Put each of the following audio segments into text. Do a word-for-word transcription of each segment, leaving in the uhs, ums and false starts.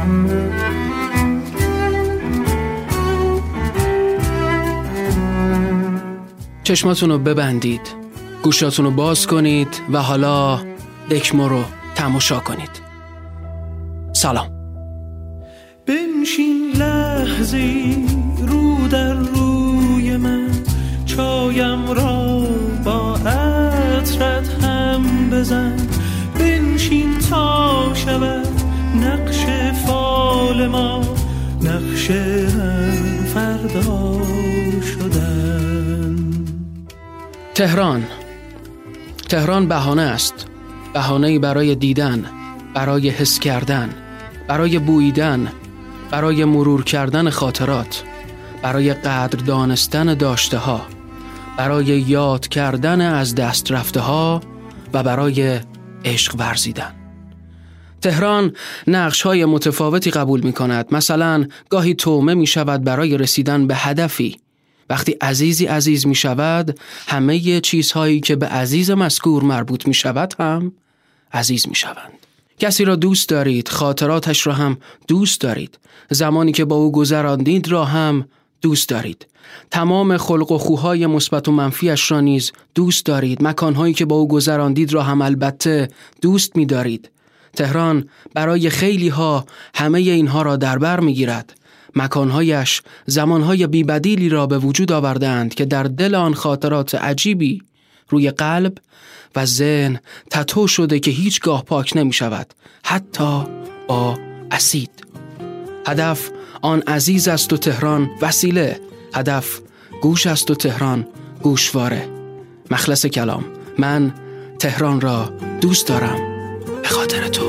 چشماتون رو ببندید، گوشاتون رو باز کنید و حالا دکمو رو تماشا کنید. سلام. بنشین لحظه‌ای رو در روی من، چایم را با عطرت هم بزن. بنشین تا شود نقش فال ما، نقش هم فردا شدن. تهران. تهران بهانه است، بهانه‌ای برای دیدن، برای حس کردن، برای بویدن، برای مرور کردن خاطرات، برای قدر دانستن داشته ها، برای یاد کردن از دست رفته ها و برای عشق ورزیدن. تهران نقش های متفاوتی قبول می کند. مثلا گاهی تومه می شود برای رسیدن به هدفی. وقتی عزیزی عزیز می شود، همه چیزهایی که به عزیز مذکور مربوط می شود هم عزیز می شوند. کسی را دوست دارید، خاطراتش را هم دوست دارید، زمانی که با او گذراندید را هم دوست دارید، تمام خلق و خوهای مثبت و منفیش را نیز دوست دارید، مکانهایی که با او گذراندید را هم البته دوست می دارید. تهران برای خیلی ها همه اینها را در بر می گیرد. مکانهایش زمانهای بی‌بدیلی را به وجود آوردند که در دل آن خاطرات عجیبی روی قلب و ذهن تتو شده که هیچگاه پاک نمی شود، حتی با اسید. هدف آن عزیز است و تهران وسیله، هدف گوش است و تهران گوشواره. مخلص کلام، من تهران را دوست دارم به خاطر تو.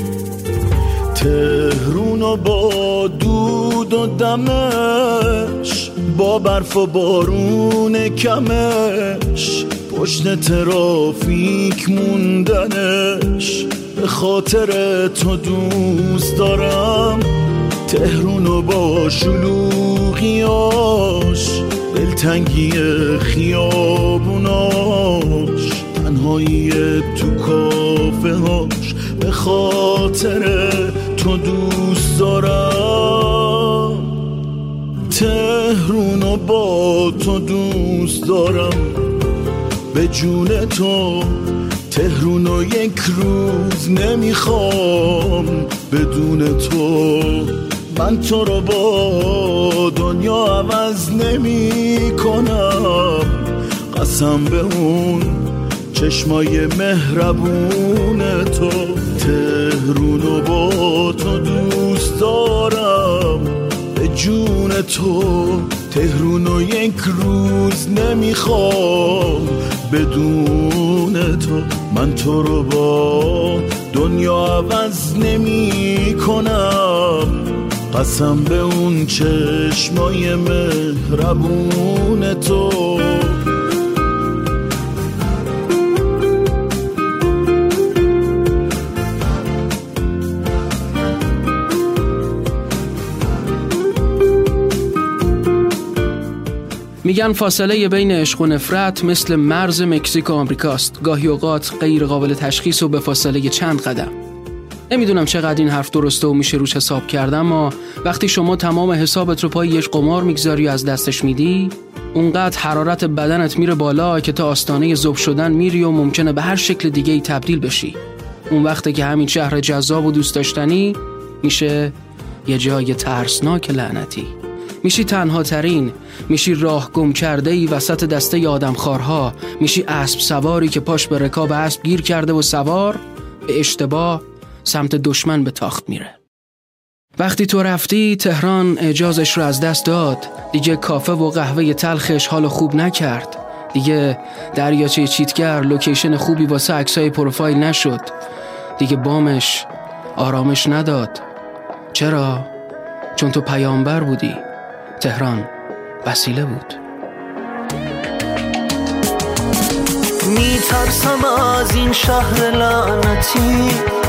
تهرون و با دود و دمش، با برف و بارون کمش، پشت ترافیک موندنش، به خاطر تو دوست دارم. تهرون و با شلوغیاش، دلتنگی خیابوناش، تنهایی تو کافه هاش، به خاطر تو دوست دارم. تهرون و با تو دوست دارم به جون تو. تهرون و یک روز نمیخوام بدون تو. من تو رو با دنیا عوض نمی کنم، قسم به اون چشمای مهربون تو. تهرون و با تو دوست دارم به جون تو. تهرون و یک روز نمیخوام بدون تو. من تو رو با دنیا عوض نمی کنم، قسم به اون چشمای مهربون تو. میگن فاصله بین عشق و نفرت مثل مرز مکزیک و آمریکاست، گاهی اوقات غیر قابل تشخیص و به فاصله چند قدم. نمیدونم چقدر این حرف درسته و میشه روش حساب کرد، اما وقتی شما تمام حسابت رو پای یک قمار میگذاری و از دستش میدی، اونقدر حرارت بدنت میره بالا که تا آستانه ذوب شدن میری و ممکنه به هر شکل دیگه‌ای تبدیل بشی. اون وقته که همین شهر جذاب و دوست داشتنی میشه یه جای ترسناک لعنتی. میشی تنها ترین، میشی راه گم کرده ای وسط دسته آدمخوارها، میشی اسب سواری که پاش به رکاب اسب گیر کرده و سوار به اشتباه سمت دشمن به تاخت میره. وقتی تو رفتی تهران اعجازش رو از دست داد، دیگه کافه و قهوه تلخش حال خوب نکرد، دیگه دریاچه چیتگر لوکیشن خوبی واسه عکسای پروفایل نشد، دیگه بامش آرامش نداد. چرا؟ چون تو پیامبر بودی، تهران وسیله بود. میترسم از این شهر لعنتی،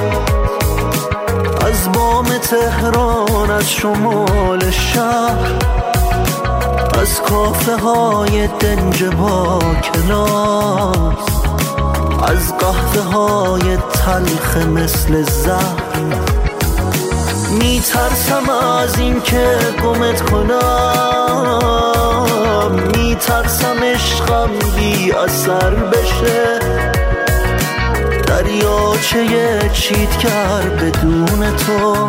از بام تهران، از شمال شهر، از کافه های دنج با کلاس، از قهوه های تلخ مثل زهر. میترسم از این که گمت کنم، میترسم عشقم بی اثر بشه، دریاچه چیتگر بدون تو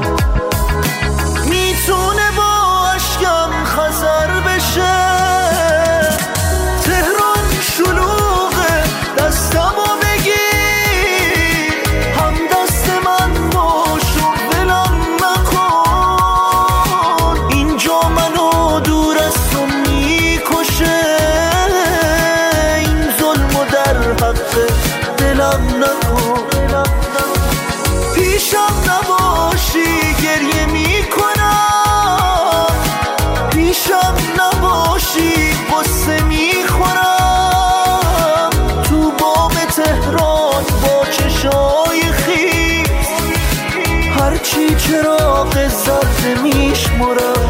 میتونه با عشقم خزر بشه. تهران شلوغه دستمو بگیر، هم دست من باش و ولم نکن، اینجا منو دور از تو میکشه، این ظلمو در حق دلم نکن. پیشم نباشی گریه میکنم، پیشم نباشی قصه میخورم، تو بام تهران با چشای خیز هرچی چراغ زرد میشمرم.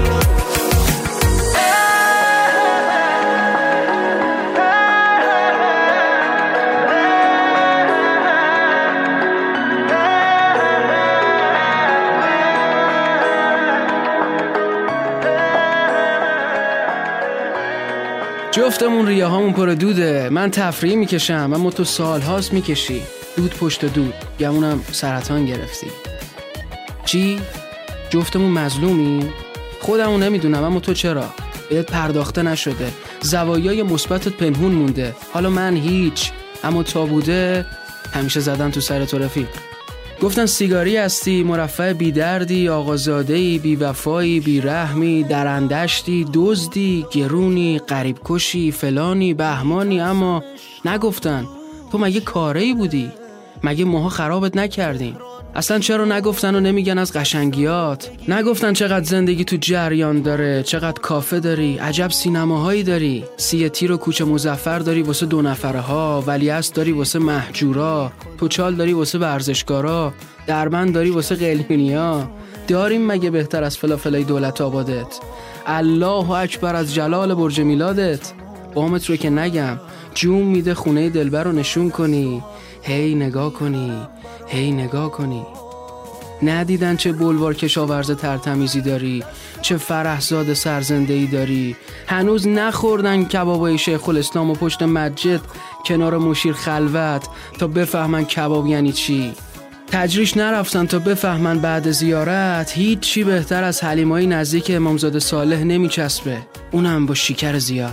جفتمون ریه هامون پر دوده، من تفریحی میکشم اما تو سال هاست میکشی، دود پشت دود، گمونم سرطان گرفتی. چی؟ جفتمون مظلومی؟ خودمون نمیدونم اما تو چرا؟ بهت پرداخته نشده، زوایای مثبتت پنهون مونده، حالا من هیچ، اما تا بوده همیشه زدن تو سر تو رفیق. گفتن سیگاری هستی، مرفع بی دردی، آقازادهی، بی وفایی، بی رحمی، درندشتی، دزدی، گرونی، غریب کشی، فلانی، بهمانی، اما نگفتن تو مگه کاری بودی؟ مگه ماها خرابت نکردیم؟ اصلا چرا نگفتن و نمیگن از قشنگیات؟ نگفتن چقدر زندگی تو جریان داره، چقدر کافه داری، عجب سینماهایی داری، سیتی رو کوچه مظفر داری واسه دو نفره ها، ولیعصر داری واسه مهجورا، توچال داری واسه ورزشکارا، دربند داری واسه قلیونیا. داریم مگه بهتر از فلافلای دولت آبادت؟ الله اکبر از جلال برج میلادت. بامت رو که نگم، جون میده خونه دلبر رو نشون کنی، هی نگاه کنی، هی نگاه کنی. ندیدن چه بلوار کشاورز ترتمیزی داری، چه فرحزاد سرزنده‌ای داری؟ هنوز نخوردن کبابای شیخ الاسلام و پشت مسجد کنار مشیر خلوت تا بفهمن کباب یعنی چی؟ تجریش نرفتن تا بفهمن بعد زیارت هیچ چی بهتر از حلیمای نزدیک امامزاده صالح نمیچسبه، اونم با شکر زیاد.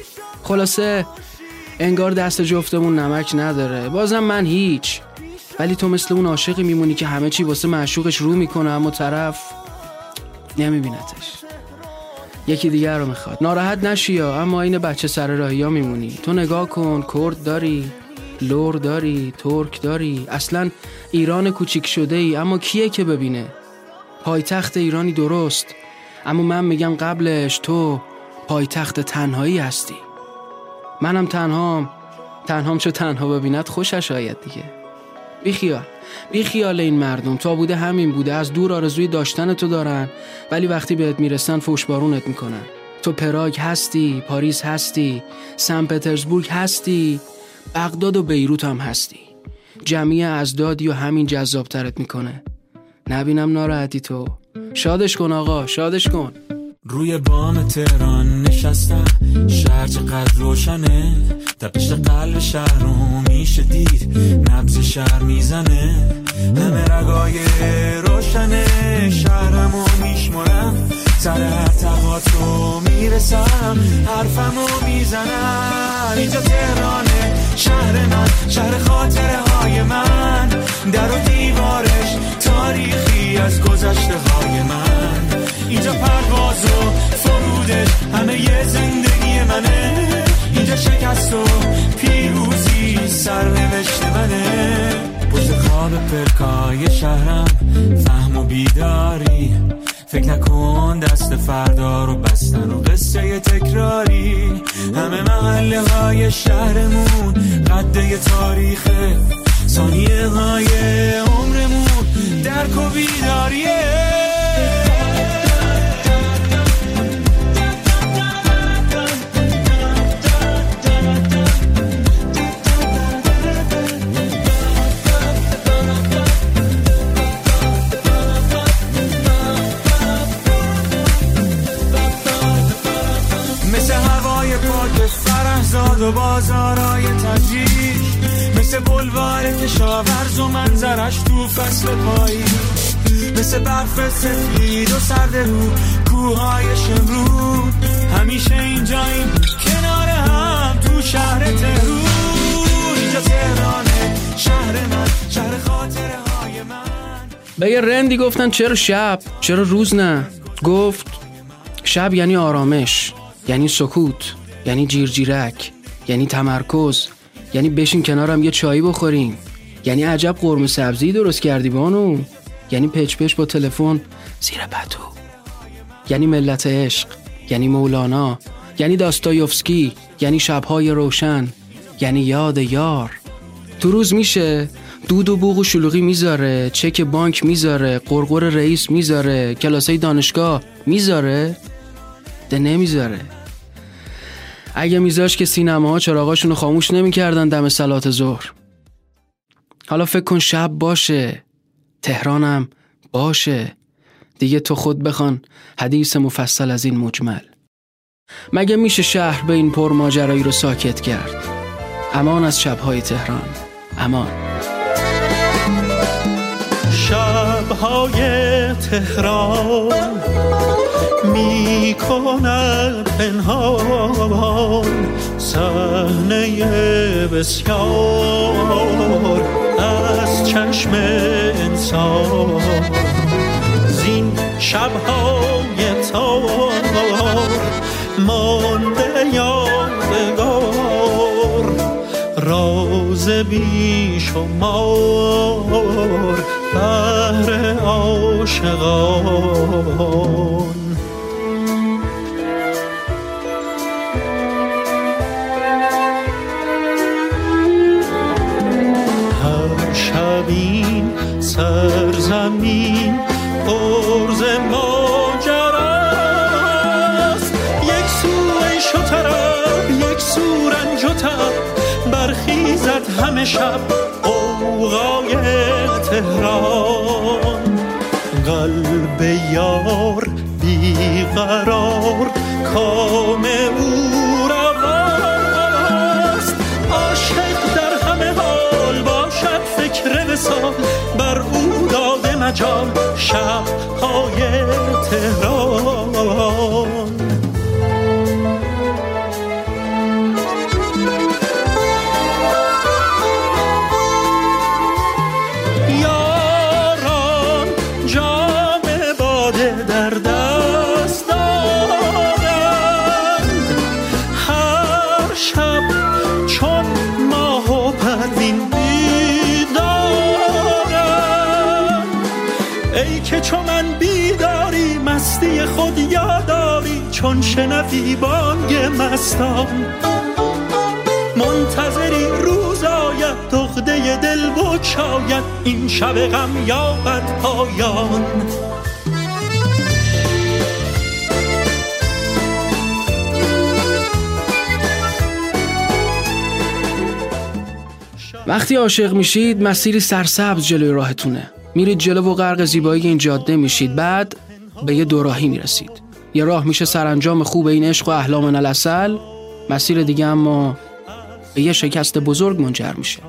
خلاصه انگار دست جفتمون نمک نداره، بازم من هیچ، ولی تو مثل اون عاشقی میمونی که همه چی واسه معشوقش رو میکنه اما طرف نمیبینتش، یکی دیگر رو میخواد. ناراحت نشی اما این بچه سر راهی ها میمونی. تو نگاه کن، کرد داری، لور داری، ترک داری، اصلا ایران کوچیک شده ای، اما کیه که ببینه؟ پایتخت ایرانی درست، اما من میگم قبلش تو پایتخت تنهایی هستی. منم تنهام، تنهام چه تنها ببیند خوشش آید دیگه. بی خیال، بی خیال این مردم، تا بوده همین بوده، از دور آرزوی داشتن تو دارن ولی وقتی بهت میرسن فوشبارونت میکنن. تو پراگ هستی، پاریس هستی، سن پترزبورگ هستی، بغداد و بیروت هم هستی. جمعی ازدادی و همین جذابترت میکنه. نبینم ناراحتی تو. شادش کن آقا، شادش کن. روی بام تهران نشستم، شهر چقدر روشنه، تپش قلب شهر رو میشه دید، نبض شهر میزنه، همه رگای روشنه، شهرمو میشمرم، سر هر تقاطو میرسم، حرفمو میزنم. اینجا تهرانه، شهر من، شهر خاطره های من، در و دیوارش تاریخی از گذشته های من. اینجا پرواز و فرودش همه یه زندگی منه، اینجا شکست و پیروزی سرنوشت منه. پشت خواب پرکای شهرم فهم و بیداری، فکر نکن دست فردا رو بستن و قصه تکراری. همه محله های شهرمون قده تاریخه، ثانیه های عمرمون درک و بیداریه. و بازارای تاجیک، مثل بلوار کشاورز و منظرش تو فصل پاییز، مثل برف سفید و سرد رو کوههای شمرون، همیشه اینجاییم کنار هم تو شهر تهرون. اینجا تهرانه شهر من، شهر خاطره های من. به یه رندی گفتن چرا شب، چرا روز نه؟ گفت شب یعنی آرامش، یعنی سکوت، یعنی جیرجیرک، یعنی تمرکز، یعنی بشین کنارم یه چایی بخوریم، یعنی عجب قرمه سبزی درست کردی بانو، یعنی پچ پچ با تلفن زیر پتو، یعنی ملت عشق، یعنی مولانا، یعنی داستایوفسکی، یعنی شبهای روشن، یعنی یاد یار. تو روز میشه دود و بوق و شلوغی میذاره، چک بانک میذاره، قرقر رئیس میذاره، کلاسای دانشگاه میذاره، ده نمیذاره. اگه میذاش که سینماها چراغاشونو خاموش نمیکردن دم صلات ظهر. حالا فکر کن شب باشه، تهرانم باشه، دیگه تو خود بخوان حدیث مفصل از این مجمل. مگه میشه شهر به این پر ماجرایی رو ساکت کرد؟ امان از شبهای تهران، امان. شبهای تهران می کند پنهان صحنه بسیار از چشم انسان. زین شبهای تار مانده یادگار، راز بی شمار بهر عاشقان. هر شبین سرزمین عرض ماجراست، یک سو عیش و طرب، یک سو رنج و تب، برخیزد همه شب غوغای تهران. قلب یار بیقرار کام او رواست، عاشق در همه حال باشد فکر وصال، بر او داده مجال شب‌های تهران. که چون من بیداری مستی خود یاداری، چون شنفی بانگ مستان منتظری روز آید، دغده دل بود شاید این شب غم یابد پایان. وقتی عاشق میشید مسیری سرسبز جلوی راهتونه، میرید جلو و غرق زیبایی این جاده میشید، بعد به یه دوراهی میرسید. یه راه میشه سرانجام خوب این عشق و احلام العسل، مسیر دیگه اما به یه شکست بزرگ منجر میشه.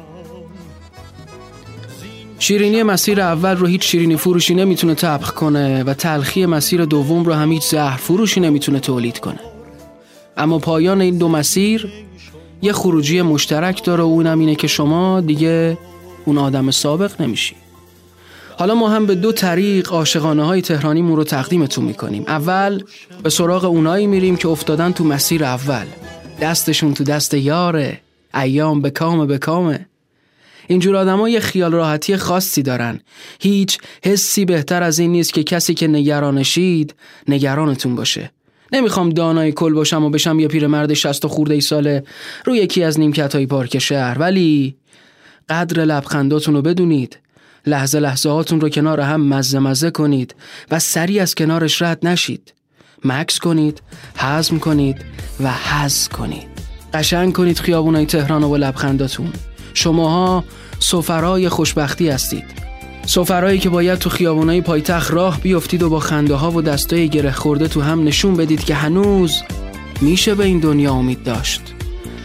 شیرینی مسیر اول رو هیچ شیرینی فروشی نمیتونه طبخ کنه و تلخی مسیر دوم رو هم هیچ زهر فروشی نمیتونه تولید کنه. اما پایان این دو مسیر یه خروجی مشترک داره و اونم اینه که شما دیگه اون آدم سابق نمیشی. حالا ما هم به دو طریق عاشقانه های تهرانیمون رو تقدیمتون میکنیم. اول به سراغ اونایی میریم که افتادن تو مسیر اول، دستشون تو دست یاره، ایام به کام به کامه. اینجور آدم ها یه خیال راحتی خاصی دارن. هیچ حسی بهتر از این نیست که کسی که نگرانشید نگرانتون باشه. نمیخوام دانای کل باشم و بشم یه پیرمرد شصت خورده ای ساله روی یکی از نیمکت های پارک شهر، ولی قدر لبخنداتون رو بدونید، لحظه لحظه هاتون رو کنار هم مزه مزه کنید و سریع از کنارش رد نشید. مکس کنید، هضم کنید و حظ کنید. قشنگ کنید خیابونای تهران و لبخنداتون. شماها سفرای خوشبختی هستید. سفرایی که باید تو خیابونای پایتخت راه بیفتید و با خنده ها و دستای گره خورده تو هم نشون بدید که هنوز میشه به این دنیا امید داشت.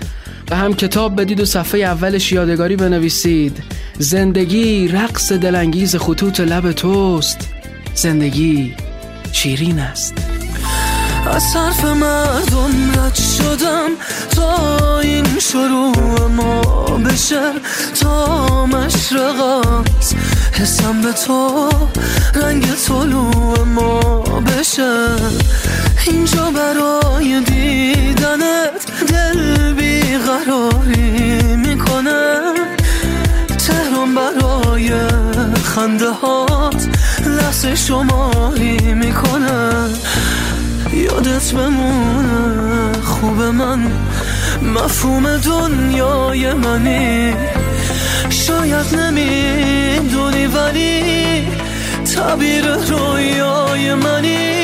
و هم کتاب بدید و صفحه اولش یادگاری بنویسید: زندگی رقص دلانگیز خطوط لب توست، زندگی شیرین است. از حرف مردم رد شدم تا این شروع ما بشه، تا مشرقات حسم به تو رنگ طلوع ما بشه. اینجا برای دیدنت دل بیقراری میکنه، تهران برای خنده هات لحظه شماری میکنه. یادت بمونه خوب من، مفهوم دنیای منی، شاید نمیدونی ولی تعبیر رویای منی.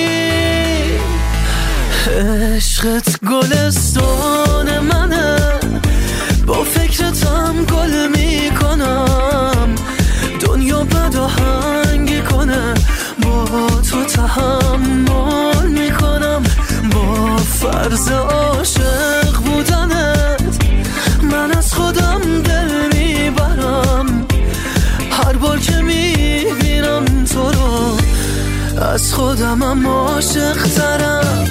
عشقت گلستان منه، با فکرتم گل میکنم، دنیا بداهنگ کنه با تو تحمل میکنم. با فرض عاشق بودنت من از خودم دل میبرم، هر بار که میبینم تو رو از خودمم عاشق ترم.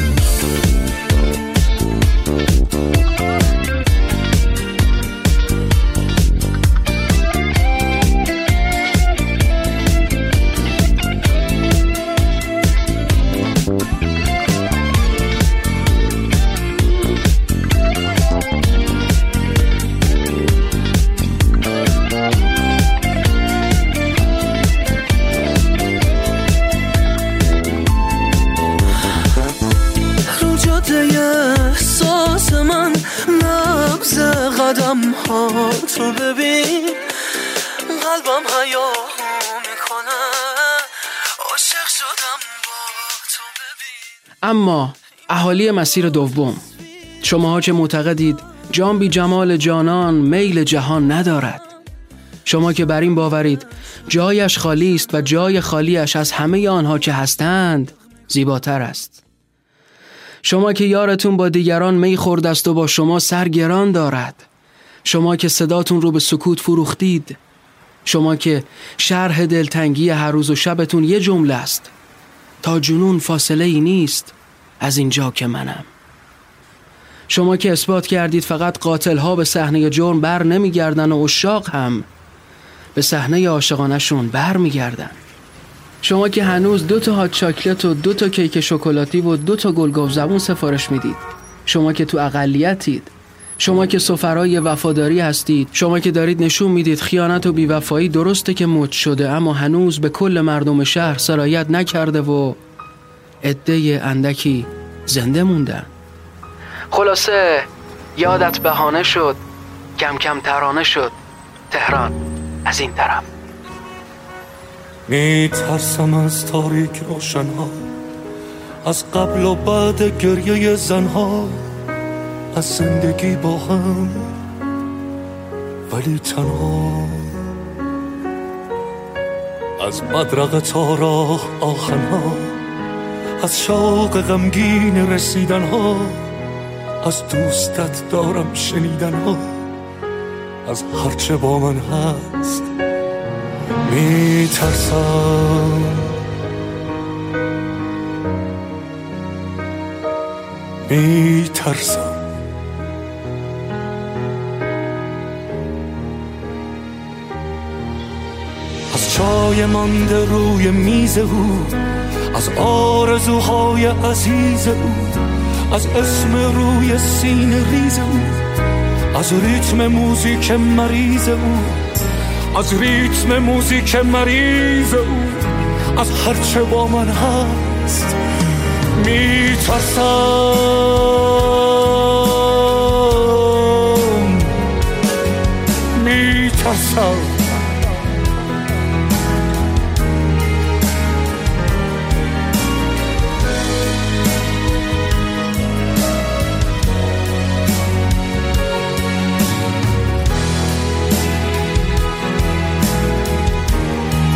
احساس من نبض قدم ها تو ببین، قلبم هیاهو میکنه، عاشق شدم با تو ببین. اما اهالی مسیر دوم، شماها که معتقدید جان بی جمال جانان میل جهان ندارد، شما که بر این باورید جایش خالی است و جای خالیش از همه آنها که هستند زیباتر است، شما که یارتون با دیگران می خورد است و با شما سرگران دارد، شما که صداتون رو به سکوت فروختید، شما که شرح دلتنگی هر روز و شبتون یه جمله است: تا جنون فاصله ای نیست از اینجا که منم. شما که اثبات کردید فقط قاتل‌ها به صحنه جرم بر نمیگردن و عشاق هم به صحنه عاشقانه‌شون بر میگردن. شما که هنوز دو تا هات چاکلت و دو تا کیک شکلاتی و دو تا گلگاو زبون سفارش میدید، شما که تو اقلیتید، شما که سفرای وفاداری هستید، شما که دارید نشون میدید خیانت و بیوفایی درسته که مد شده اما هنوز به کل مردم شهر سرایت نکرده و عده اندکی زنده موندن. خلاصه یادت بهانه شد، کم کم ترانه شد، تهران از این طرف. می ترسم از تاریک روشنها، از قبل و بعد گریه زنها، از زندگی با هم ولی تنها، از مدرق تا راه آهنها، از شوق غمگین رسیدنها، از دوستت دارم شنیدنها، از هرچه با من هست می ترسم. می ترسم از چای مانده روی میز او، از آرزوهای عزیز او، از اسم روی سینه ریز او، از ریتم موزیک مریض او، از ریتم موزیک مریض او، از هرچه با من هست می ترسم. می ترسم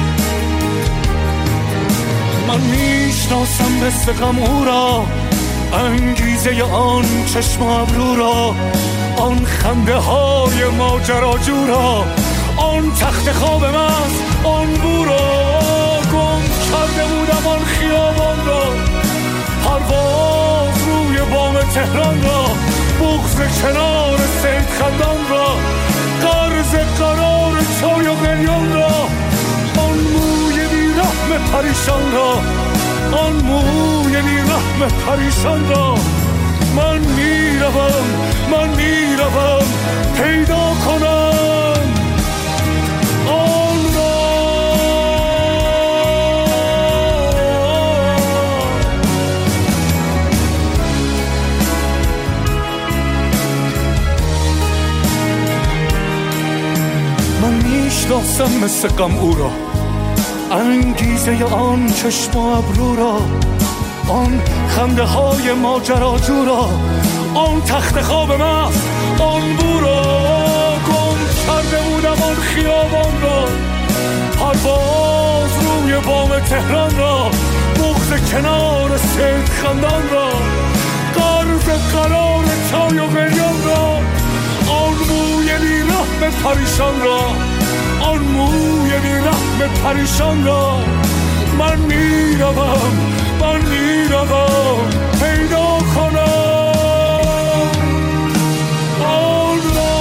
من میشناسم مثل غم او را، انگیزه آن چشم ابرو را، آن خنده های ماجراجو را، آن تخت خواب مست آن بو را، گم کرده بودم آن خیابان را، پرواز روی بام تهران را، بغض کنار سید خندان را، قرض قرار چای و قلیان را، آن موی بی رحم پریشان را، آن موی بی رحم پریشان را. من میروم من میروم پیدا کنم آن را. من میشناسم مثل غم او را، انگیزه آن چشم و ابرو را، آن خنده های ماجراجو را، آن تخت خواب مست آن بو را، گم کرده بودم آن خیابان را، پرواز روی بام تهران را، بغض کنار سید خندان را، قرض قرار چای و قلیان را، آن موی بی رحم پریشان را، آن موی بی رحم پریشان را. من میروم من میروم پیدا کنم آن را.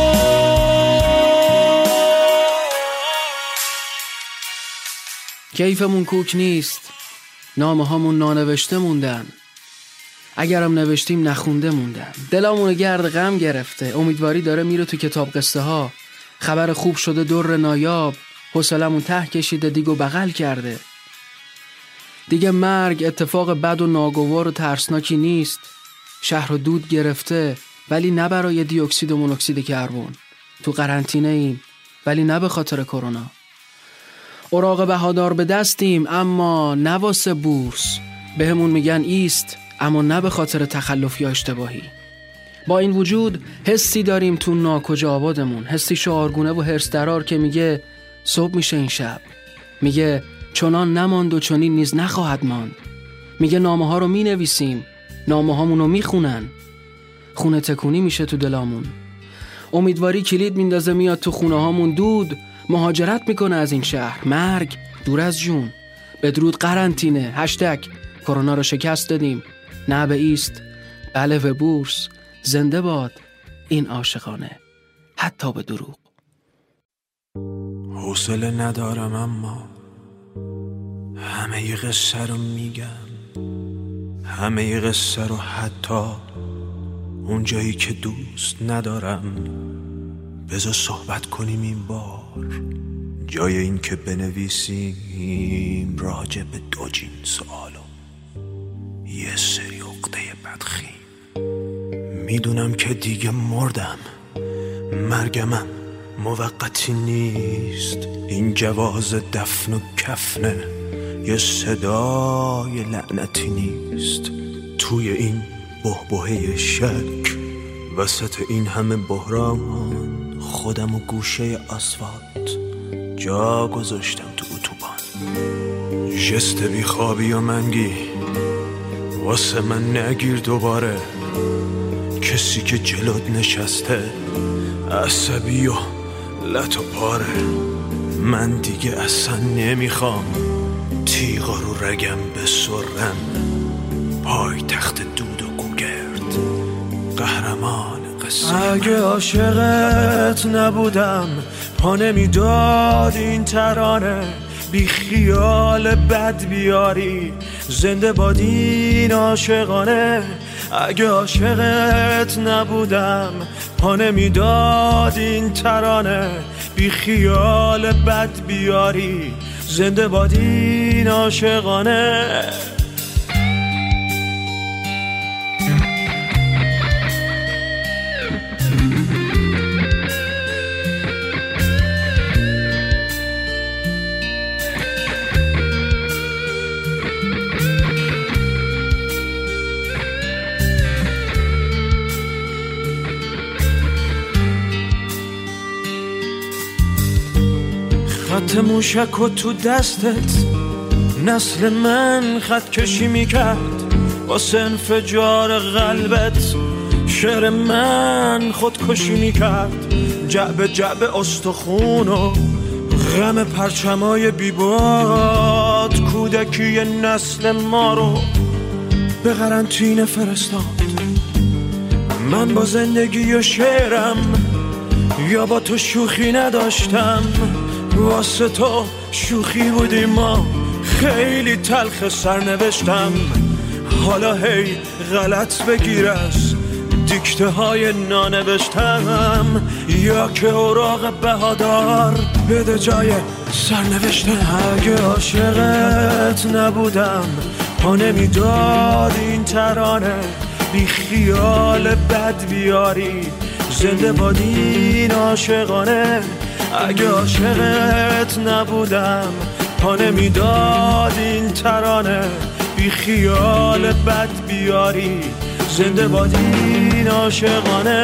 کیفمون کوک نیست، نامه هامون نانوشته موندن، اگرم نوشتیم نخونده موندن، دلامونو گرد غم گرفته، امیدواری داره میره تو کتاب قصه ها، خبر خوب شده در نایاب، حوصلمون ته کشیده دیگو بغل کرده. دیگه مرگ اتفاق بد و ناگوار و ترسناکی نیست، شهر رو دود گرفته ولی نه برای دی اکسید و مونوکسید کربن، تو قرنطینه ایم ولی نه به خاطر کرونا، اوراق بهادار به دستیم اما نه واسه بورس، بهمون میگن ایست اما نه به خاطر تخلف یا اشتباهی. با این وجود حسی داریم تو ناکجا آبادمون، حسی شعارگونه و هرس درار که میگه صبح میشه این شب، میگه چنان نماند و چنین نیز نخواهد ماند، میگه نامه ها رو مینویسیم، نامه هامونو میخونن، خونه تکونی میشه تو دلامون، امیدواری کلید میندازه میاد تو خونه هامون، دود مهاجرت میکنه از این شهر، مرگ دور از جون، بدرود قرنطینه، هشتگ کرونا رو شکست دادیم، نه به ایست بله به بورس، زنده باد این عاشقانه حتی به دروغ. حوصله ندارم اما همه ی قصه رو میگم، همه ی قصه رو حتی اون جایی که دوست ندارم. بذار صحبت کنیم این بار، جای این که بنویسیم راجع به دو جنس عالم یه سری عقده بدخیم. میدونم که دیگه مردم، مرگمم موقتی نیست، این جواز دفن و کفنه یه صدای لعنتی نیست. توی این بحبوحه شک وسط این همه بحران، خودم و گوشه آسفالت جا گذاشتم تو اتوبان. جست بی خوابی و منگی واسه من نگیر دوباره، کسی که جلوت نشسته عصبی و لط و پاره. من دیگه اصلا نمیخوام تیغا رو رگم بسرم، پای تخت دود و گوگرد قهرمان قصه. اگه عاشقت نبودم پا نمیداد این ترانه، بی خیال بد بیاری زنده باد این عاشقانه. اگه عاشقت نبودم پا نمیداد این ترانه، بی خیال بد بیاری زنده باد این عاشقانه. خط موشک و تو دستت نسل من خط کشی میکرد، واسه انفجار قلبت شعر من خودکشی میکرد. جعبه جعبه استخون و غم پرچمای بیباد کودکی نسل ما رو به قرنطینه فرستاد. من با زندگی و شعرم یا با تو شوخی نداشتم، واسه تو شوخی بودی ما خیلی تلخ سرنوشتم. حالا هی غلط بگیر از دیکته های نانوشتم، یا که اوراق بهادار بده جای سرنوشتم. اگه عاشقت نبودم پا نمیداد این ترانه، بی خیال بد بیاری زنده بادین عاشقانه. اگه عاشقت نبودم پا نمیداد این ترانه، بی خیال بد بیاری زنده بادین عاشقانه.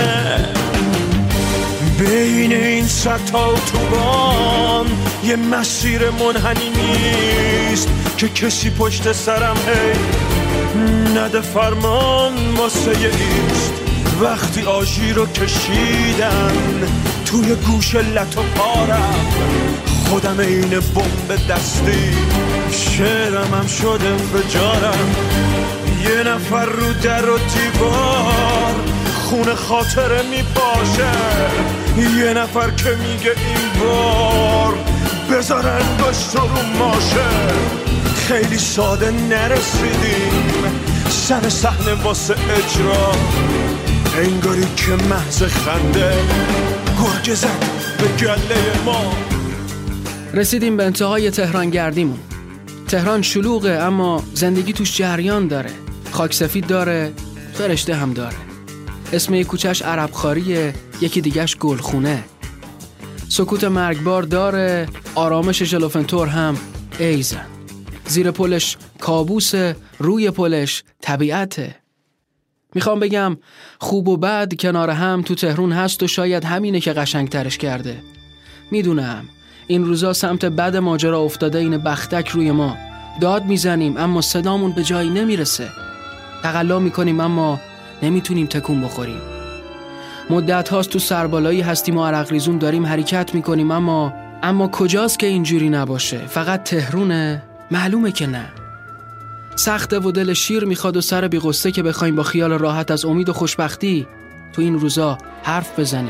بین این صد تا اتوبان یه مسیر منحنی نیست که کسی پشت سرم هی نده فرمان واسه ایست. وقتی آژیر رو کشیدن توی گوش لط و پارم، خودم این بمب دستی شعرم هم شد انفجارم. یه نفر رو در و دیوار خون خاطره میپاشه، یه نفر که میگه این بار بذارن گشت رو ماشه. خیلی ساده نرسیدیم سر صحنه واسه اجرا، انگاری که محض خنده گرگ زد به گله ما. رسیدیم به انتهای تهران گردیمون. تهران شلوغه اما زندگی توش جریان داره، خاک سفید داره، فرشته هم داره. اسم یک کوچه‌اش عربخواریه، یکی دیگه‌اش گلخونه. سکوت مرگبار داره، آرامش ژلوفنتور هم ایزن. زیر پلش کابوسه، روی پلش طبیعته. میخوام بگم خوب و بد کنار هم تو تهران هست و شاید همینه که قشنگترش کرده. میدونم این روزا سمت بد ماجرا افتاده، این بختک روی ما. داد میزنیم اما صدامون به جایی نمیرسه. تقلا میکنیم اما نمیتونیم تکون بخوریم. مدت هاست تو سربالایی هستیم و عرق ریزون داریم حرکت میکنیم، اما اما کجاست که اینجوری نباشه؟ فقط تهرونه؟ معلومه که نه. سخته و دل شیر میخواد و سر بی غصه که بخوایم با خیال راحت از امید و خوشبختی تو این روزا حرف بزنیم.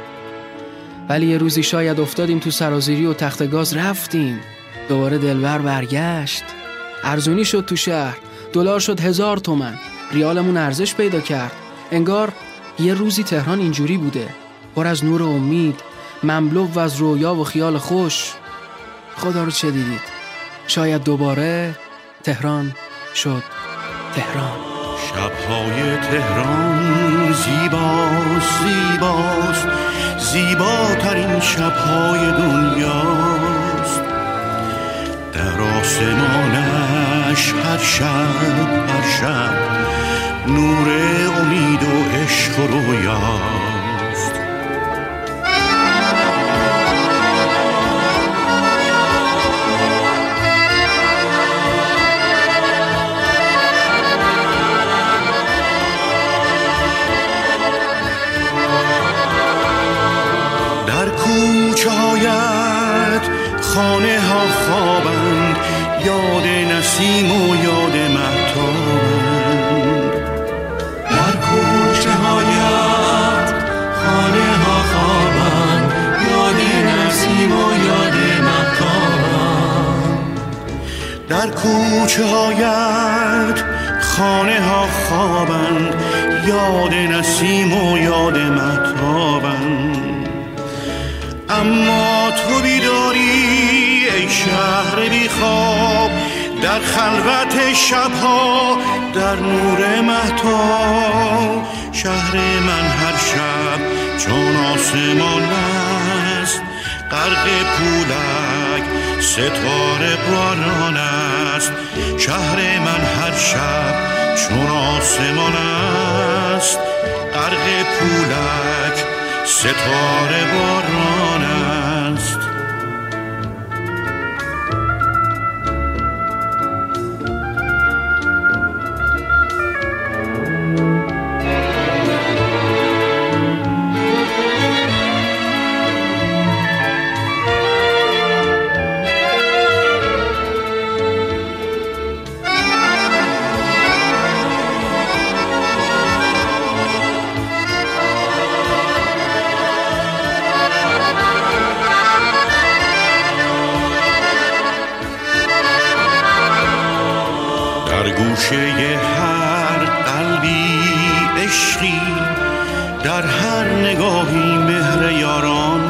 ولی یه روزی شاید افتادیم تو سرازیری و تخت گاز رفتیم. دوباره دلبر برگشت. ارزونی شد تو شهر، دلار شد هزار تومن، ریالمون ارزش پیدا کرد. انگار یه روزی تهران اینجوری بوده، پر از نور و امید، مملو و از رویا و خیال خوش. خدا رو چه دیدید؟ شاید دوباره تهران شد تهران. شب‌های تهران زیباست زیباست، زیباترین شب‌های دنیاست. در آسمانش هر شب هر شب نور امید و عشق و رویاست. در کوچه هایت خانه ها خوابند، یاد نسیم و یاد مهتابند. در کوچه هایت خانه ها خوابند، یاد نسیم و یاد مهتابند. در کوچه هایت خانه ها خوابند، یاد نسیم و یاد مهتابند. اما تو بیداری ای شهر بی خواب، در خلوت شبها در نور مهتاب. شهر من هر شب چون آسمان است، غرق پولک ستاره باران است. شهر من هر شب چون آسمان است، غرق پولک ستاره باران است. در گوشه هر قلبی عشقی، در هر نگاهی مهر یاران،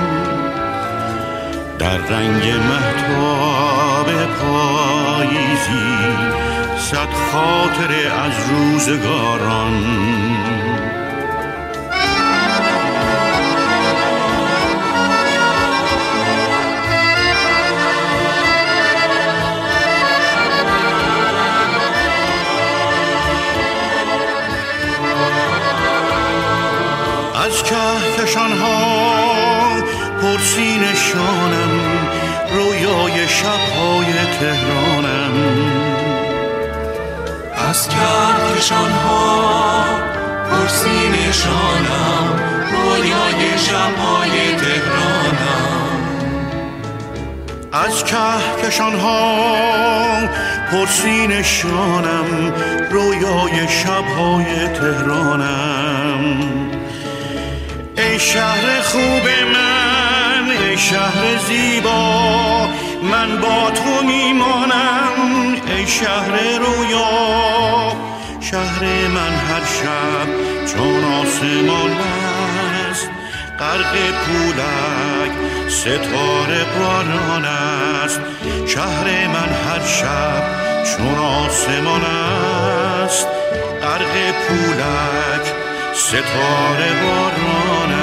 در رنگ مهتاب پاییزی صد خاطره از روزگاران. از کهکشان ها پرسی نشانم، رویای شبهای تهرانم. از کهکشان ها پرسی نشانم، رویای شبهای تهرانم. از کهکشان ها پرسی نشانم، رویای شبهای تهرانم. ای شهر خوب من، ای شهر زیبا، من با تو میمانم. ای شهر رویا، شهر من هر شب چون آسمان است، غرق پولک ستاره باران است. شهر من هر شب چون آسمان است، غرق پولک ستاره باران است.